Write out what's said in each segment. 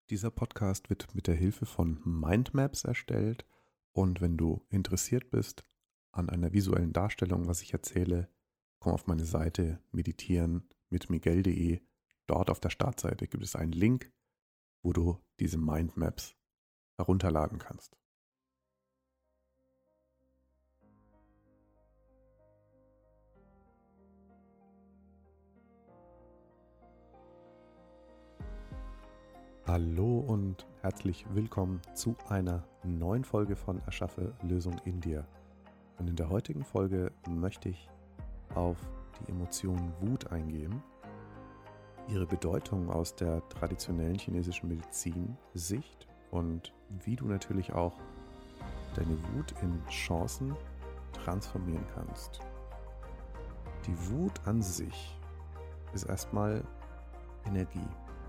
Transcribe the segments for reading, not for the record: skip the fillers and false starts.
Dieser Podcast wird mit der Hilfe von Mindmaps erstellt und wenn du interessiert bist an einer visuellen Darstellung, was ich erzähle, komm auf meine Seite meditieren mit miguel.de. Dort auf der Startseite gibt es einen Link, wo du diese Mindmaps herunterladen kannst. Hallo und herzlich willkommen zu einer neuen Folge von Erschaffe Lösung in dir. Und in der heutigen Folge möchte ich auf die Emotion Wut eingehen, ihre Bedeutung aus der traditionellen chinesischen Medizin-Sicht und wie du natürlich auch deine Wut in Chancen transformieren kannst. Die Wut an sich ist erstmal Energie.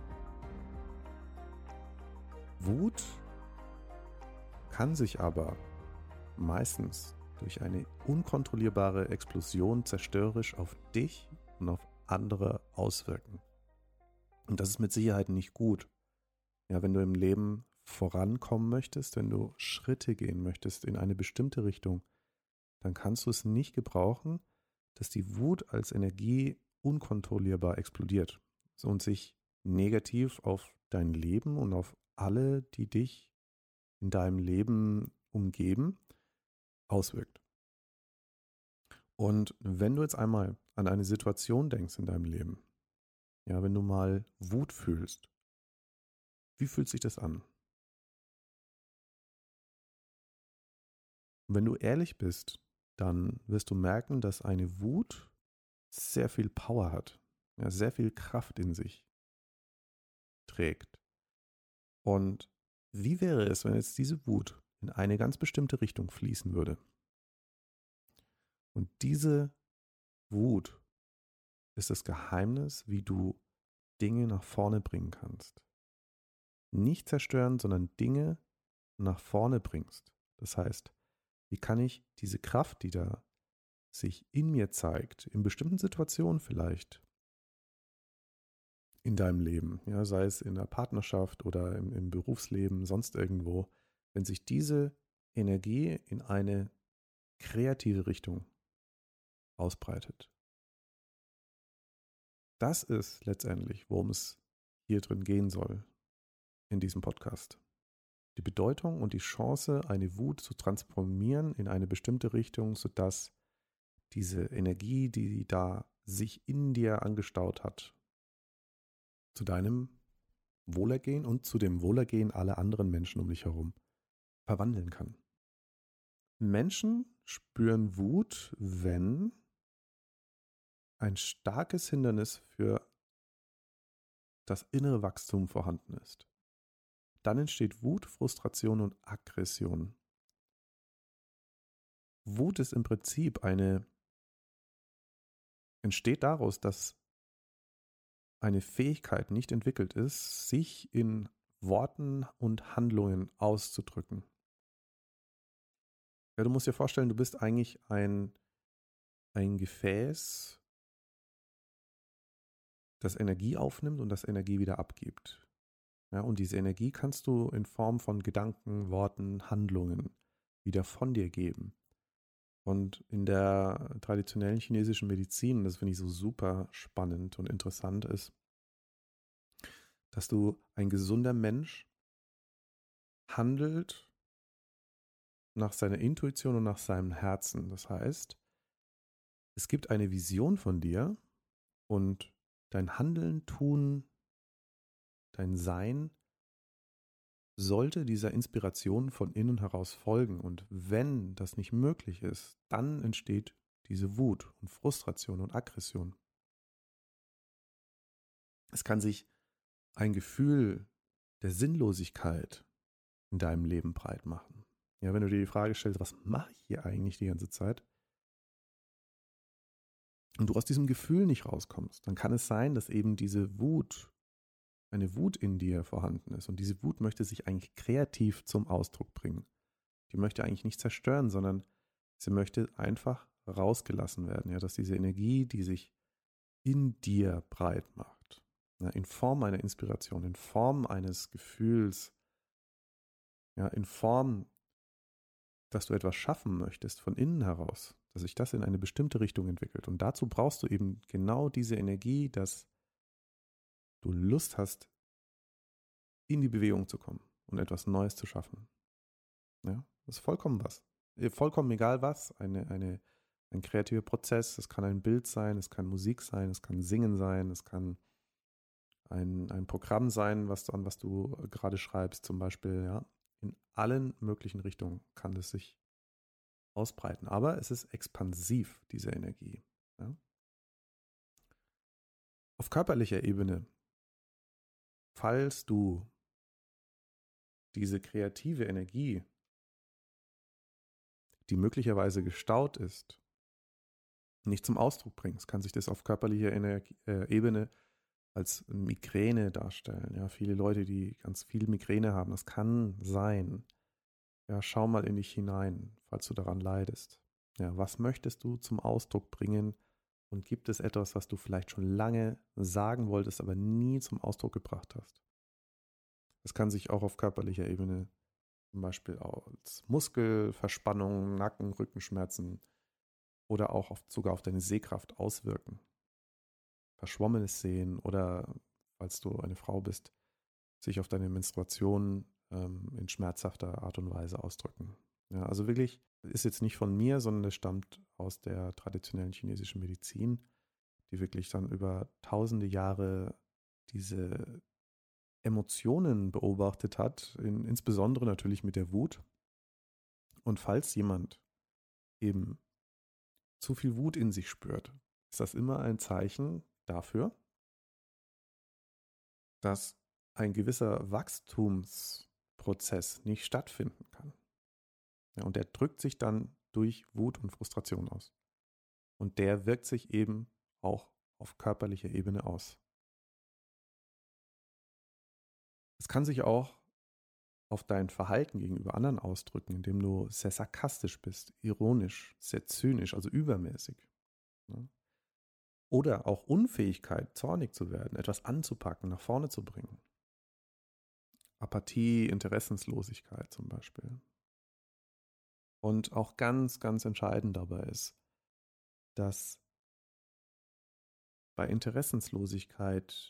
Wut kann sich aber meistens durch eine unkontrollierbare Explosion zerstörerisch auf dich und auf andere auswirken. Und das ist mit Sicherheit nicht gut. Ja, wenn du im Leben vorankommen möchtest, wenn du Schritte gehen möchtest in eine bestimmte Richtung, dann kannst du es nicht gebrauchen, dass die Wut als Energie unkontrollierbar explodiert und sich negativ auf dein Leben und auf alle, die dich in deinem Leben umgeben, auswirkt. Und wenn du jetzt einmal an eine Situation denkst in deinem Leben, ja, wenn du mal Wut fühlst, wie fühlt sich das an? Und wenn du ehrlich bist, dann wirst du merken, dass eine Wut sehr viel Power hat, ja, sehr viel Kraft in sich trägt. Und wie wäre es, wenn jetzt diese Wut in eine ganz bestimmte Richtung fließen würde? Und diese Wut ist das Geheimnis, wie du Dinge nach vorne bringen kannst. Nicht zerstören, sondern Dinge nach vorne bringst. Das heißt, wie kann ich diese Kraft, die da sich in mir zeigt, in bestimmten Situationen vielleicht in deinem Leben, ja, sei es in der Partnerschaft oder im Berufsleben, sonst irgendwo, wenn sich diese Energie in eine kreative Richtung ausbreitet. Das ist letztendlich, worum es hier drin gehen soll in diesem Podcast. Die Bedeutung und die Chance, eine Wut zu transformieren in eine bestimmte Richtung, sodass diese Energie, die da sich in dir angestaut hat, zu deinem Wohlergehen und zu dem Wohlergehen aller anderen Menschen um dich herum verwandeln kann. Menschen spüren Wut, wenn ein starkes Hindernis für das innere Wachstum vorhanden ist. Dann entsteht Wut, Frustration und Aggression. Wut ist im Prinzip entsteht daraus, dass eine Fähigkeit nicht entwickelt ist, sich in Worten und Handlungen auszudrücken. Ja, du musst dir vorstellen, du bist eigentlich ein Gefäß, das Energie aufnimmt und das Energie wieder abgibt. Ja, und diese Energie kannst du in Form von Gedanken, Worten, Handlungen wieder von dir geben. Und in der traditionellen chinesischen Medizin, das finde ich so super spannend und interessant ist, dass ein gesunder Mensch handelt nach seiner Intuition und nach seinem Herzen. Das heißt, es gibt eine Vision von dir und dein Handeln, Tun, dein Sein sollte dieser Inspiration von innen heraus folgen. Und wenn das nicht möglich ist, dann entsteht diese Wut und Frustration und Aggression. Es kann sich ein Gefühl der Sinnlosigkeit in deinem Leben breit machen. Ja, wenn du dir die Frage stellst, was mache ich hier eigentlich die ganze Zeit? Und du aus diesem Gefühl nicht rauskommst, dann kann es sein, dass eben eine Wut in dir vorhanden ist. Und diese Wut möchte sich eigentlich kreativ zum Ausdruck bringen. Die möchte eigentlich nicht zerstören, sondern sie möchte einfach rausgelassen werden. Ja, dass diese Energie, die sich in dir breit macht, Ja, in Form einer Inspiration, in Form eines Gefühls, ja, in Form, dass du etwas schaffen möchtest von innen heraus, dass sich das in eine bestimmte Richtung entwickelt. Und dazu brauchst du eben genau diese Energie, dass du Lust hast, in die Bewegung zu kommen und etwas Neues zu schaffen. Ja, das ist vollkommen was. Vollkommen egal was, ein kreativer Prozess, es kann ein Bild sein, es kann Musik sein, es kann Singen sein, es kann ein Programm sein, an was du gerade schreibst, zum Beispiel, ja. In allen möglichen Richtungen kann es sich ausbreiten, aber es ist expansiv, diese Energie. Ja. Auf körperlicher Ebene, falls du diese kreative Energie, die möglicherweise gestaut ist, nicht zum Ausdruck bringst, kann sich das auf körperlicher Ebene als Migräne darstellen. Ja, viele Leute, die ganz viel Migräne haben, das kann sein. Ja, schau mal in dich hinein, falls du daran leidest. Ja, was möchtest du zum Ausdruck bringen? Und gibt es etwas, was du vielleicht schon lange sagen wolltest, aber nie zum Ausdruck gebracht hast? Das kann sich auch auf körperlicher Ebene zum Beispiel als Muskelverspannung, Nacken, Rückenschmerzen oder auch sogar auf deine Sehkraft auswirken. Verschwommenes Sehen oder, falls du eine Frau bist, sich auf deine Menstruation in schmerzhafter Art und Weise ausdrücken. Ja, also wirklich, ist jetzt nicht von mir, sondern es stammt aus der traditionellen chinesischen Medizin, die wirklich dann über tausende Jahre diese Emotionen beobachtet hat, insbesondere natürlich mit der Wut. Und falls jemand eben zu viel Wut in sich spürt, ist das immer ein Zeichen dafür, dass ein gewisser Wachstumsprozess nicht stattfinden kann. Ja, und der drückt sich dann durch Wut und Frustration aus. Und der wirkt sich eben auch auf körperlicher Ebene aus. Es kann sich auch auf dein Verhalten gegenüber anderen ausdrücken, indem du sehr sarkastisch bist, ironisch, sehr zynisch, also übermäßig. Ne? Oder auch Unfähigkeit, zornig zu werden, etwas anzupacken, nach vorne zu bringen. Apathie, Interessenslosigkeit zum Beispiel. Und auch ganz, ganz entscheidend dabei ist, dass bei Interessenslosigkeit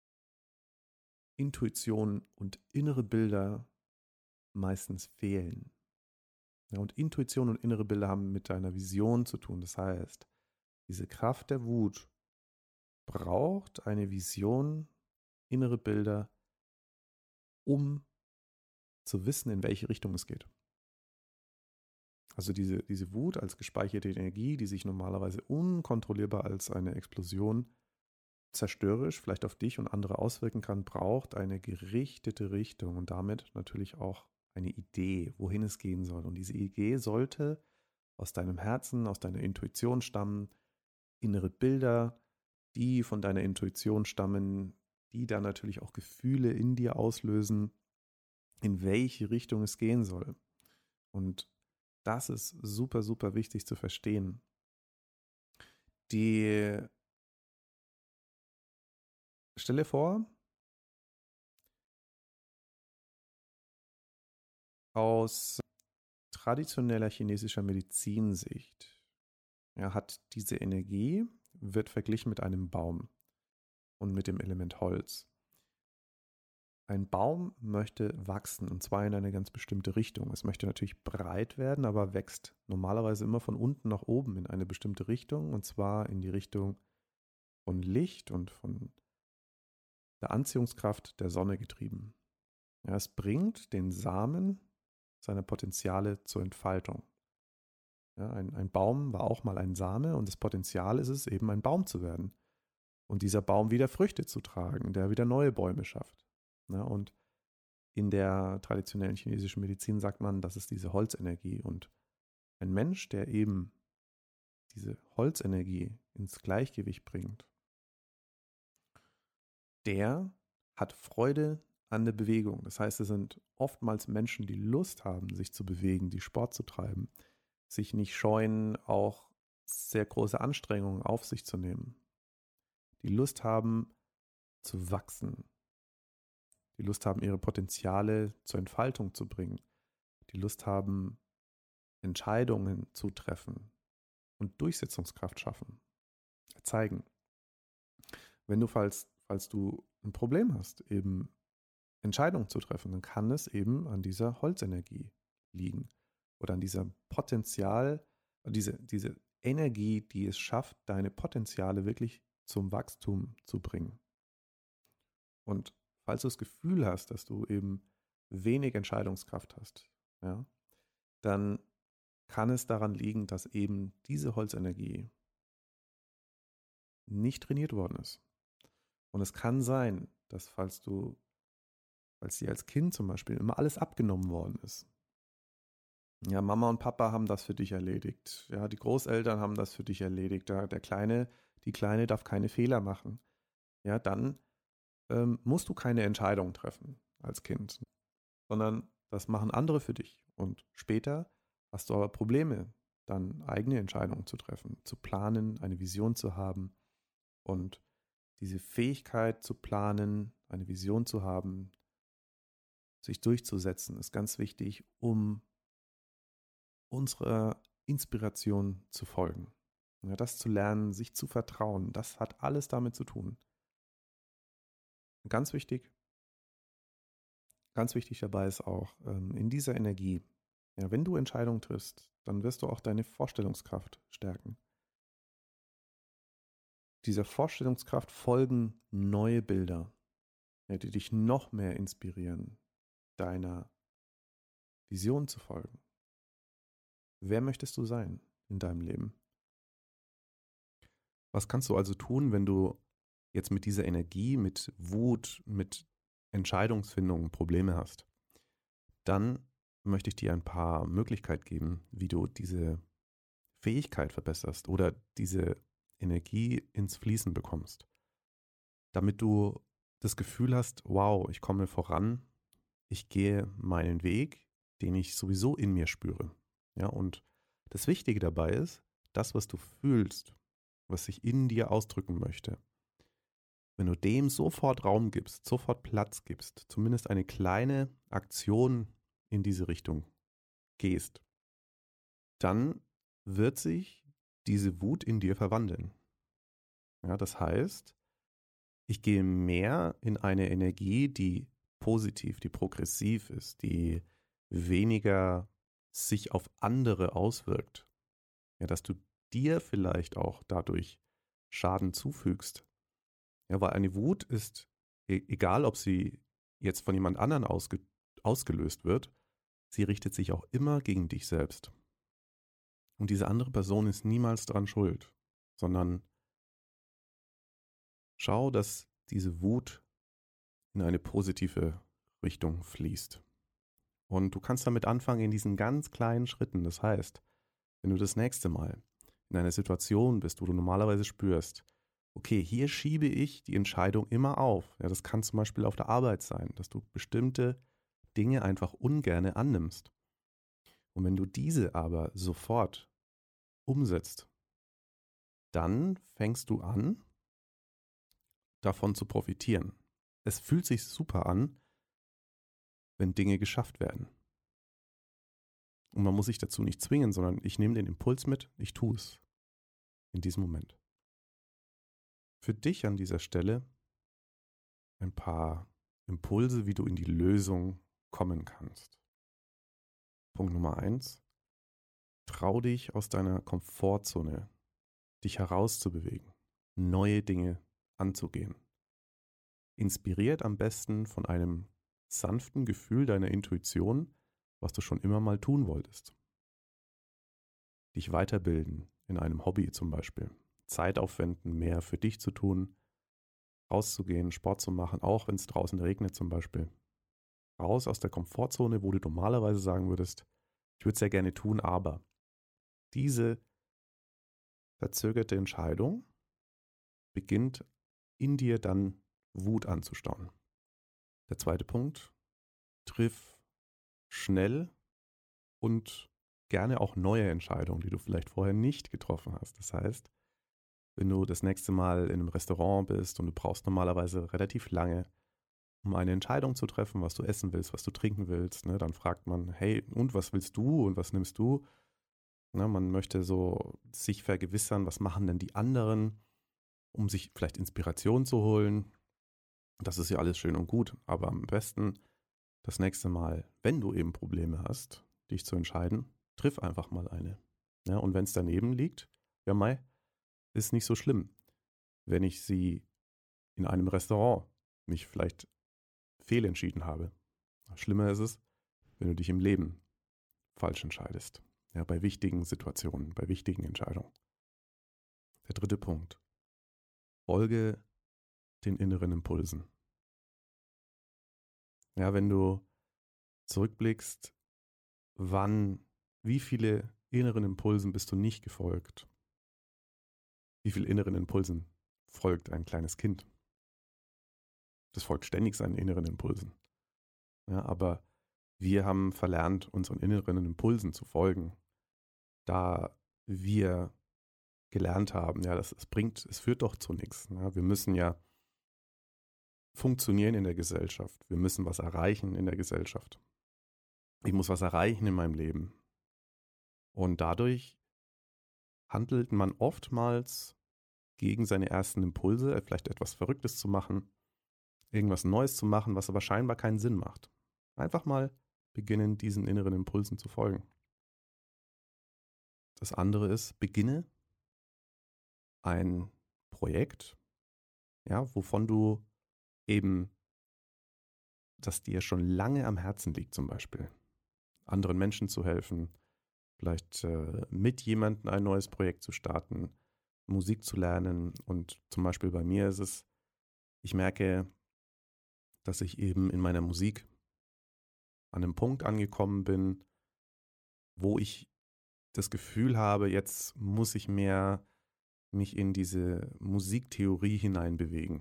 Intuition und innere Bilder meistens fehlen. Ja, und Intuition und innere Bilder haben mit deiner Vision zu tun. Das heißt, diese Kraft der Wut braucht eine Vision, innere Bilder, um zu wissen, in welche Richtung es geht. Also diese Wut als gespeicherte Energie, die sich normalerweise unkontrollierbar als eine Explosion zerstörerisch vielleicht auf dich und andere auswirken kann, braucht eine gerichtete Richtung und damit natürlich auch eine Idee, wohin es gehen soll. Und diese Idee sollte aus deinem Herzen, aus deiner Intuition stammen, innere Bilder, die von deiner Intuition stammen, die dann natürlich auch Gefühle in dir auslösen, in welche Richtung es gehen soll. Und das ist super, super wichtig zu verstehen. Stell dir vor, aus traditioneller chinesischer Medizinsicht, ja, hat diese Energie, wird verglichen mit einem Baum und mit dem Element Holz. Ein Baum möchte wachsen und zwar in eine ganz bestimmte Richtung. Es möchte natürlich breit werden, aber wächst normalerweise immer von unten nach oben in eine bestimmte Richtung und zwar in die Richtung von Licht und von der Anziehungskraft der Sonne getrieben. Ja, es bringt den Samen seiner Potenziale zur Entfaltung. Ja, ein Baum war auch mal ein Same und das Potenzial ist es, eben ein Baum zu werden. Und dieser Baum wieder Früchte zu tragen, der wieder neue Bäume schafft. Ja, und in der traditionellen chinesischen Medizin sagt man, das ist diese Holzenergie. Und ein Mensch, der eben diese Holzenergie ins Gleichgewicht bringt, der hat Freude an der Bewegung. Das heißt, es sind oftmals Menschen, die Lust haben, sich zu bewegen, die Sport zu treiben, sich nicht scheuen, auch sehr große Anstrengungen auf sich zu nehmen. Die Lust haben zu wachsen, die Lust haben, ihre Potenziale zur Entfaltung zu bringen, die Lust haben, Entscheidungen zu treffen und Durchsetzungskraft schaffen, zeigen. Wenn du, falls du ein Problem hast, eben Entscheidungen zu treffen, dann kann es eben an dieser Holzenergie liegen oder an diesem Potenzial, diese Energie, die es schafft, deine Potenziale wirklich zum Wachstum zu bringen. Und falls du das Gefühl hast, dass du eben wenig Entscheidungskraft hast, ja, dann kann es daran liegen, dass eben diese Holzenergie nicht trainiert worden ist. Und es kann sein, dass falls dir als Kind zum Beispiel immer alles abgenommen worden ist, ja, Mama und Papa haben das für dich erledigt, ja, die Großeltern haben das für dich erledigt, die Kleine darf keine Fehler machen, ja, dann musst du keine Entscheidung treffen als Kind, sondern das machen andere für dich. Und später hast du aber Probleme, dann eigene Entscheidungen zu treffen, zu planen, eine Vision zu haben. Und diese Fähigkeit zu planen, eine Vision zu haben, sich durchzusetzen, ist ganz wichtig, um unserer Inspiration zu folgen. Ja, das zu lernen, sich zu vertrauen, das hat alles damit zu tun. Ganz wichtig dabei ist auch in dieser Energie, ja, wenn du Entscheidungen triffst, dann wirst du auch deine Vorstellungskraft stärken. Dieser Vorstellungskraft folgen neue Bilder, ja, die dich noch mehr inspirieren, deiner Vision zu folgen. Wer möchtest du sein in deinem Leben? Was kannst du also tun, wenn du jetzt mit dieser Energie, mit Wut, mit Entscheidungsfindung Probleme hast? Dann möchte ich dir ein paar Möglichkeiten geben, wie du diese Fähigkeit verbesserst oder diese Energie ins Fließen bekommst, damit du das Gefühl hast, wow, ich komme voran, ich gehe meinen Weg, den ich sowieso in mir spüre. Ja, und das Wichtige dabei ist, das, was du fühlst, was sich in dir ausdrücken möchte, wenn du dem sofort Raum gibst, sofort Platz gibst, zumindest eine kleine Aktion in diese Richtung gehst, dann wird sich diese Wut in dir verwandeln. Ja, das heißt, ich gehe mehr in eine Energie, die positiv, die progressiv ist, die weniger sich auf andere auswirkt. Ja, dass du dir vielleicht auch dadurch Schaden zufügst. Ja, weil eine Wut ist, egal ob sie jetzt von jemand anderen ausgelöst wird, sie richtet sich auch immer gegen dich selbst. Und diese andere Person ist niemals daran schuld, sondern schau, dass diese Wut in eine positive Richtung fließt. Und du kannst damit anfangen in diesen ganz kleinen Schritten. Das heißt, wenn du das nächste Mal in einer Situation bist, wo du normalerweise spürst, okay, hier schiebe ich die Entscheidung immer auf. Ja, das kann zum Beispiel auf der Arbeit sein, dass du bestimmte Dinge einfach ungerne annimmst. Und wenn du diese aber sofort umsetzt, dann fängst du an, davon zu profitieren. Es fühlt sich super an, wenn Dinge geschafft werden. Und man muss sich dazu nicht zwingen, sondern ich nehme den Impuls mit, ich tue es in diesem Moment. Für dich an dieser Stelle ein paar Impulse, wie du in die Lösung kommen kannst. Punkt Nummer 1. Trau dich aus deiner Komfortzone, dich herauszubewegen, neue Dinge anzugehen. Inspiriert am besten von einem sanften Gefühl deiner Intuition, was du schon immer mal tun wolltest. Dich weiterbilden in einem Hobby zum Beispiel. Zeit aufwenden, mehr für dich zu tun, rauszugehen, Sport zu machen, auch wenn es draußen regnet zum Beispiel. Raus aus der Komfortzone, wo du normalerweise sagen würdest, ich würde es sehr gerne tun, aber diese verzögerte Entscheidung beginnt in dir dann Wut anzustauen. Der zweite Punkt, triff schnell und gerne auch neue Entscheidungen, die du vielleicht vorher nicht getroffen hast. Das heißt, wenn du das nächste Mal in einem Restaurant bist und du brauchst normalerweise relativ lange, um eine Entscheidung zu treffen, was du essen willst, was du trinken willst, ne, dann fragt man, hey, und was willst du und was nimmst du? Ne, man möchte so sich vergewissern, was machen denn die anderen, um sich vielleicht Inspiration zu holen. Das ist ja alles schön und gut, aber am besten das nächste Mal, wenn du eben Probleme hast, dich zu entscheiden, triff einfach mal eine. Ja, und wenn es daneben liegt, ja mei, ist nicht so schlimm. Wenn ich sie in einem Restaurant mich vielleicht fehlentschieden habe. Schlimmer ist es, wenn du dich im Leben falsch entscheidest. Ja, bei wichtigen Situationen, bei wichtigen Entscheidungen. Der dritte Punkt. Folge den inneren Impulsen. Ja, wenn du zurückblickst, wie viele inneren Impulsen bist du nicht gefolgt? Wie viel inneren Impulsen folgt ein kleines Kind? Das folgt ständig seinen inneren Impulsen. Ja, aber wir haben verlernt, unseren inneren Impulsen zu folgen, da wir gelernt haben, ja, es führt doch zu nichts. Ja, wir müssen ja funktionieren in der Gesellschaft. Wir müssen was erreichen in der Gesellschaft. Ich muss was erreichen in meinem Leben. Und dadurch handelt man oftmals gegen seine ersten Impulse, vielleicht etwas Verrücktes zu machen, irgendwas Neues zu machen, was aber scheinbar keinen Sinn macht. Einfach mal beginnen, diesen inneren Impulsen zu folgen. Das andere ist, beginne ein Projekt, ja, wovon du eben, das dir schon lange am Herzen liegt, zum Beispiel, anderen Menschen zu helfen, vielleicht mit jemandem ein neues Projekt zu starten, Musik zu lernen. Und zum Beispiel bei mir ist es, ich merke, dass ich eben in meiner Musik an einem Punkt angekommen bin, wo ich das Gefühl habe, jetzt muss ich mehr mich in diese Musiktheorie hineinbewegen.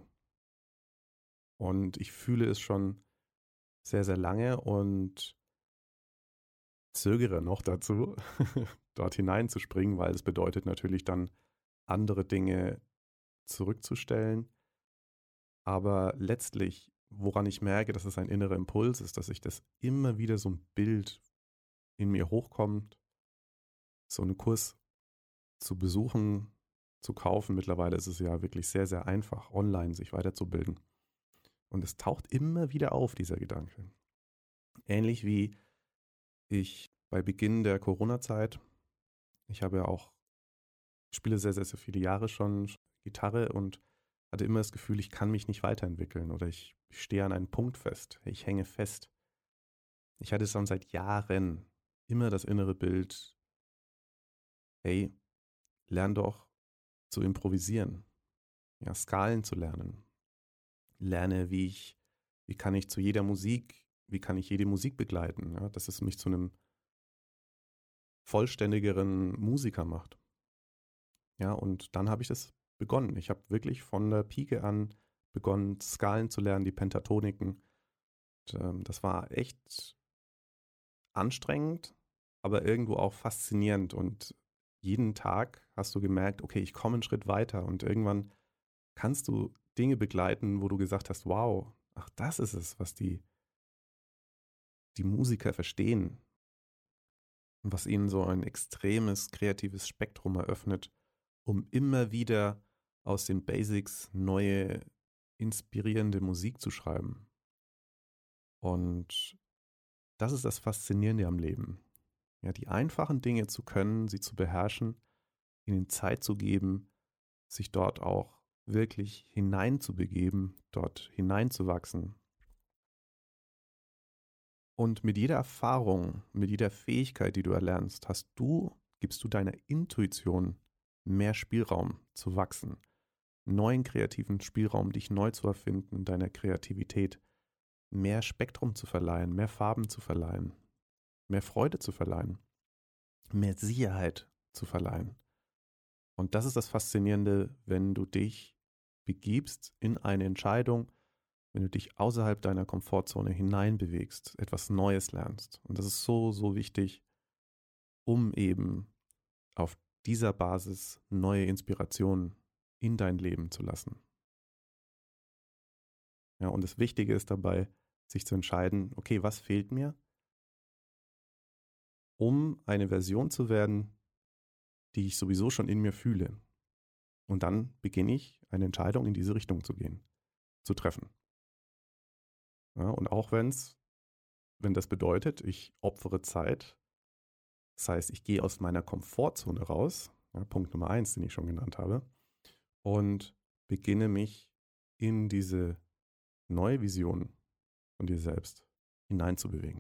Und ich fühle es schon sehr, sehr lange und zögere noch dazu, dort hineinzuspringen, weil es bedeutet natürlich dann, andere Dinge zurückzustellen. Aber letztlich, woran ich merke, dass es ein innerer Impuls ist, dass ich das immer wieder so ein Bild in mir hochkommt, so einen Kurs zu besuchen, zu kaufen. Mittlerweile ist es ja wirklich sehr, sehr einfach, online sich weiterzubilden. Und es taucht immer wieder auf, dieser Gedanke. Ähnlich wie ich bei Beginn der Corona-Zeit, ich habe ja auch, ich spiele sehr, sehr, sehr viele Jahre schon Gitarre und hatte immer das Gefühl, ich kann mich nicht weiterentwickeln oder ich stehe an einem Punkt fest, ich hänge fest. Ich hatte schon seit Jahren immer das innere Bild, hey, lern doch zu improvisieren, ja, Skalen zu lernen. Lerne, wie kann ich zu jeder Musik, wie kann ich jede Musik begleiten, ja, dass es mich zu einem vollständigeren Musiker macht. Ja, und dann habe ich das begonnen. Ich habe wirklich von der Pike an begonnen, Skalen zu lernen, die Pentatoniken. Und, das war echt anstrengend, aber irgendwo auch faszinierend. Und jeden Tag hast du gemerkt, okay, ich komme einen Schritt weiter. Und irgendwann kannst du Dinge begleiten, wo du gesagt hast, wow, ach, das ist es, was die Musiker verstehen. Und was ihnen so ein extremes kreatives Spektrum eröffnet, um immer wieder aus den Basics neue, inspirierende Musik zu schreiben. Und das ist das Faszinierende am Leben. Ja, die einfachen Dinge zu können, sie zu beherrschen, ihnen Zeit zu geben, sich dort auch wirklich hineinzubegeben, dort hineinzuwachsen. Und mit jeder Erfahrung, mit jeder Fähigkeit, die du erlernst, gibst du deiner Intuition mehr Spielraum zu wachsen, neuen kreativen Spielraum, dich neu zu erfinden, deiner Kreativität mehr Spektrum zu verleihen, mehr Farben zu verleihen, mehr Freude zu verleihen, mehr Sicherheit zu verleihen. Und das ist das Faszinierende, wenn du dich begibst in eine Entscheidung, wenn du dich außerhalb deiner Komfortzone hineinbewegst, etwas Neues lernst. Und das ist so, so wichtig, um eben auf dieser Basis neue Inspirationen in dein Leben zu lassen. Ja, und das Wichtige ist dabei, sich zu entscheiden, okay, was fehlt mir, um eine Version zu werden, die ich sowieso schon in mir fühle. Und dann beginne ich, eine Entscheidung in diese Richtung zu gehen, zu treffen. Ja, und auch wenn das bedeutet, ich opfere Zeit, das heißt, ich gehe aus meiner Komfortzone raus, ja, Punkt Nummer 1, den ich schon genannt habe, und beginne mich in diese neue Vision von dir selbst hineinzubewegen.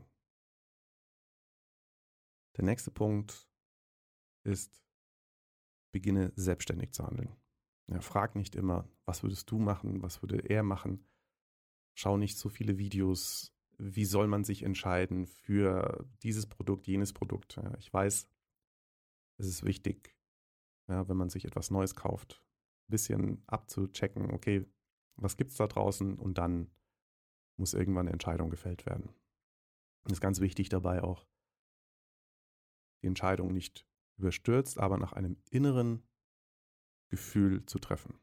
Der nächste Punkt ist, beginne selbstständig zu handeln. Ja, frag nicht immer, was würdest du machen, was würde er machen. Schau nicht so viele Videos, wie soll man sich entscheiden für dieses Produkt, jenes Produkt. Ja, ich weiß, es ist wichtig, ja, wenn man sich etwas Neues kauft, ein bisschen abzuchecken, okay, was gibt es da draußen, und dann muss irgendwann eine Entscheidung gefällt werden. Und es ist ganz wichtig dabei auch, die Entscheidung nicht überstürzt, aber nach einem inneren Gefühl zu treffen.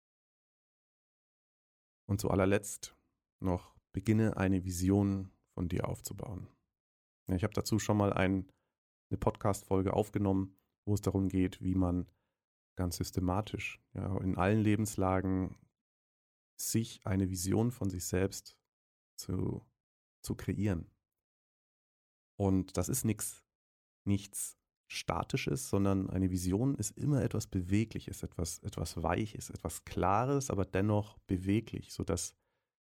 Und zu allerletzt noch, beginne eine Vision von dir aufzubauen. Ja, ich habe dazu schon mal eine Podcast-Folge aufgenommen, wo es darum geht, wie man ganz systematisch, ja, in allen Lebenslagen sich eine Vision von sich selbst zu kreieren. Und das ist nichts Statisches, sondern eine Vision ist immer etwas Bewegliches, etwas Weiches, etwas Klares, aber dennoch beweglich, sodass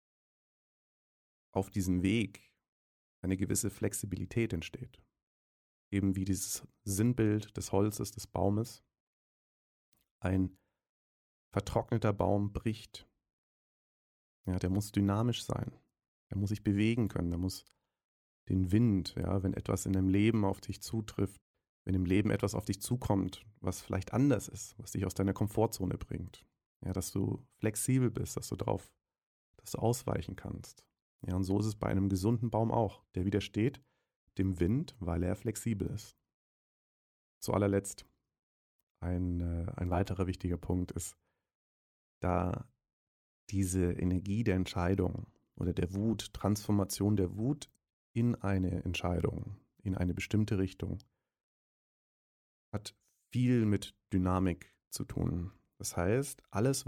auf diesem Weg eine gewisse Flexibilität entsteht. Eben wie dieses Sinnbild des Holzes, des Baumes. Ein vertrockneter Baum bricht. Ja, der muss dynamisch sein. Der muss sich bewegen können. Der muss den Wind, ja, wenn etwas in deinem Leben auf dich zutrifft, wenn im Leben etwas auf dich zukommt, was vielleicht anders ist, was dich aus deiner Komfortzone bringt. Ja, dass du flexibel bist, dass du ausweichen kannst. Ja, und so ist es bei einem gesunden Baum auch. Der widersteht dem Wind, weil er flexibel ist. Zu allerletzt, ein weiterer wichtiger Punkt ist, da diese Energie der Entscheidung oder der Wut, Transformation der Wut in eine Entscheidung, in eine bestimmte Richtung, hat viel mit Dynamik zu tun. Das heißt, alles,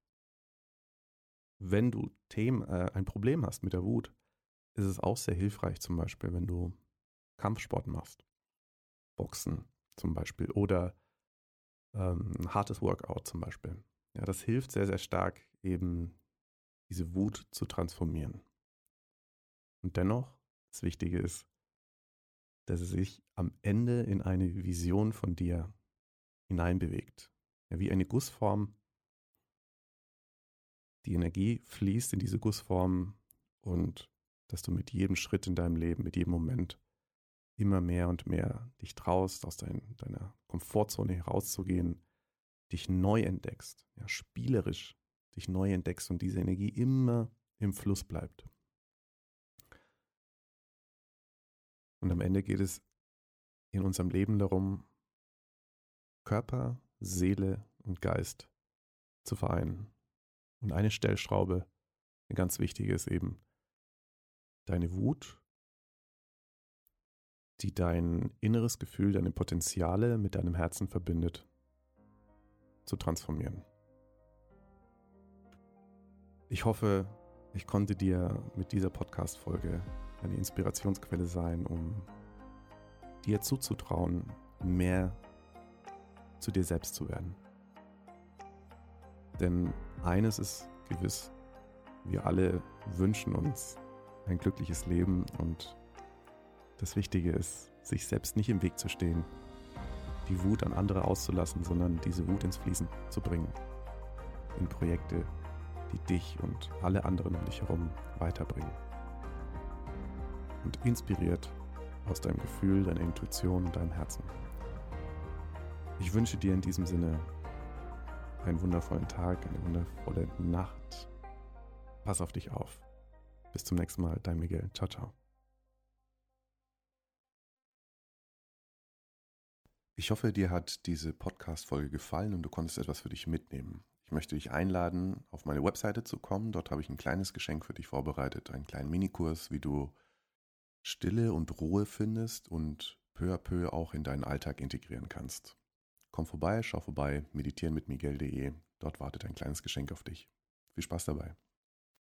wenn du ein Problem hast mit der Wut, ist es auch sehr hilfreich, zum Beispiel, wenn du Kampfsport machst, Boxen zum Beispiel oder ein hartes Workout zum Beispiel. Ja, das hilft sehr, sehr stark, eben diese Wut zu transformieren. Und dennoch, das Wichtige ist, dass es sich am Ende in eine Vision von dir hineinbewegt. Ja, wie eine Gussform. Die Energie fließt in diese Gussform, und dass du mit jedem Schritt in deinem Leben, mit jedem Moment immer mehr und mehr dich traust, aus deiner Komfortzone herauszugehen, dich neu entdeckst, ja, spielerisch dich neu entdeckst und diese Energie immer im Fluss bleibt. Und am Ende geht es in unserem Leben darum, Körper, Seele und Geist zu vereinen. Und eine Stellschraube, eine ganz wichtige, ist eben deine Wut, die dein inneres Gefühl, deine Potenziale mit deinem Herzen verbindet, zu transformieren. Ich hoffe, ich konnte dir mit dieser Podcast-Folge eine Inspirationsquelle sein, um dir zuzutrauen, mehr zu dir selbst zu werden. Denn eines ist gewiss, wir alle wünschen uns ein glückliches Leben, und das Wichtige ist, sich selbst nicht im Weg zu stehen, die Wut an andere auszulassen, sondern diese Wut ins Fließen zu bringen, in Projekte, die dich und alle anderen um dich herum weiterbringen. Und inspiriert aus deinem Gefühl, deiner Intuition und deinem Herzen. Ich wünsche dir in diesem Sinne einen wundervollen Tag, eine wundervolle Nacht. Pass auf dich auf. Bis zum nächsten Mal, dein Miguel. Ciao, ciao. Ich hoffe, dir hat diese Podcast-Folge gefallen und du konntest etwas für dich mitnehmen. Ich möchte dich einladen, auf meine Webseite zu kommen. Dort habe ich ein kleines Geschenk für dich vorbereitet, einen kleinen Minikurs, wie du Stille und Ruhe findest und peu à peu auch in deinen Alltag integrieren kannst. Komm vorbei, schau vorbei, meditierenmitmiguel.de. Dort wartet ein kleines Geschenk auf dich. Viel Spaß dabei.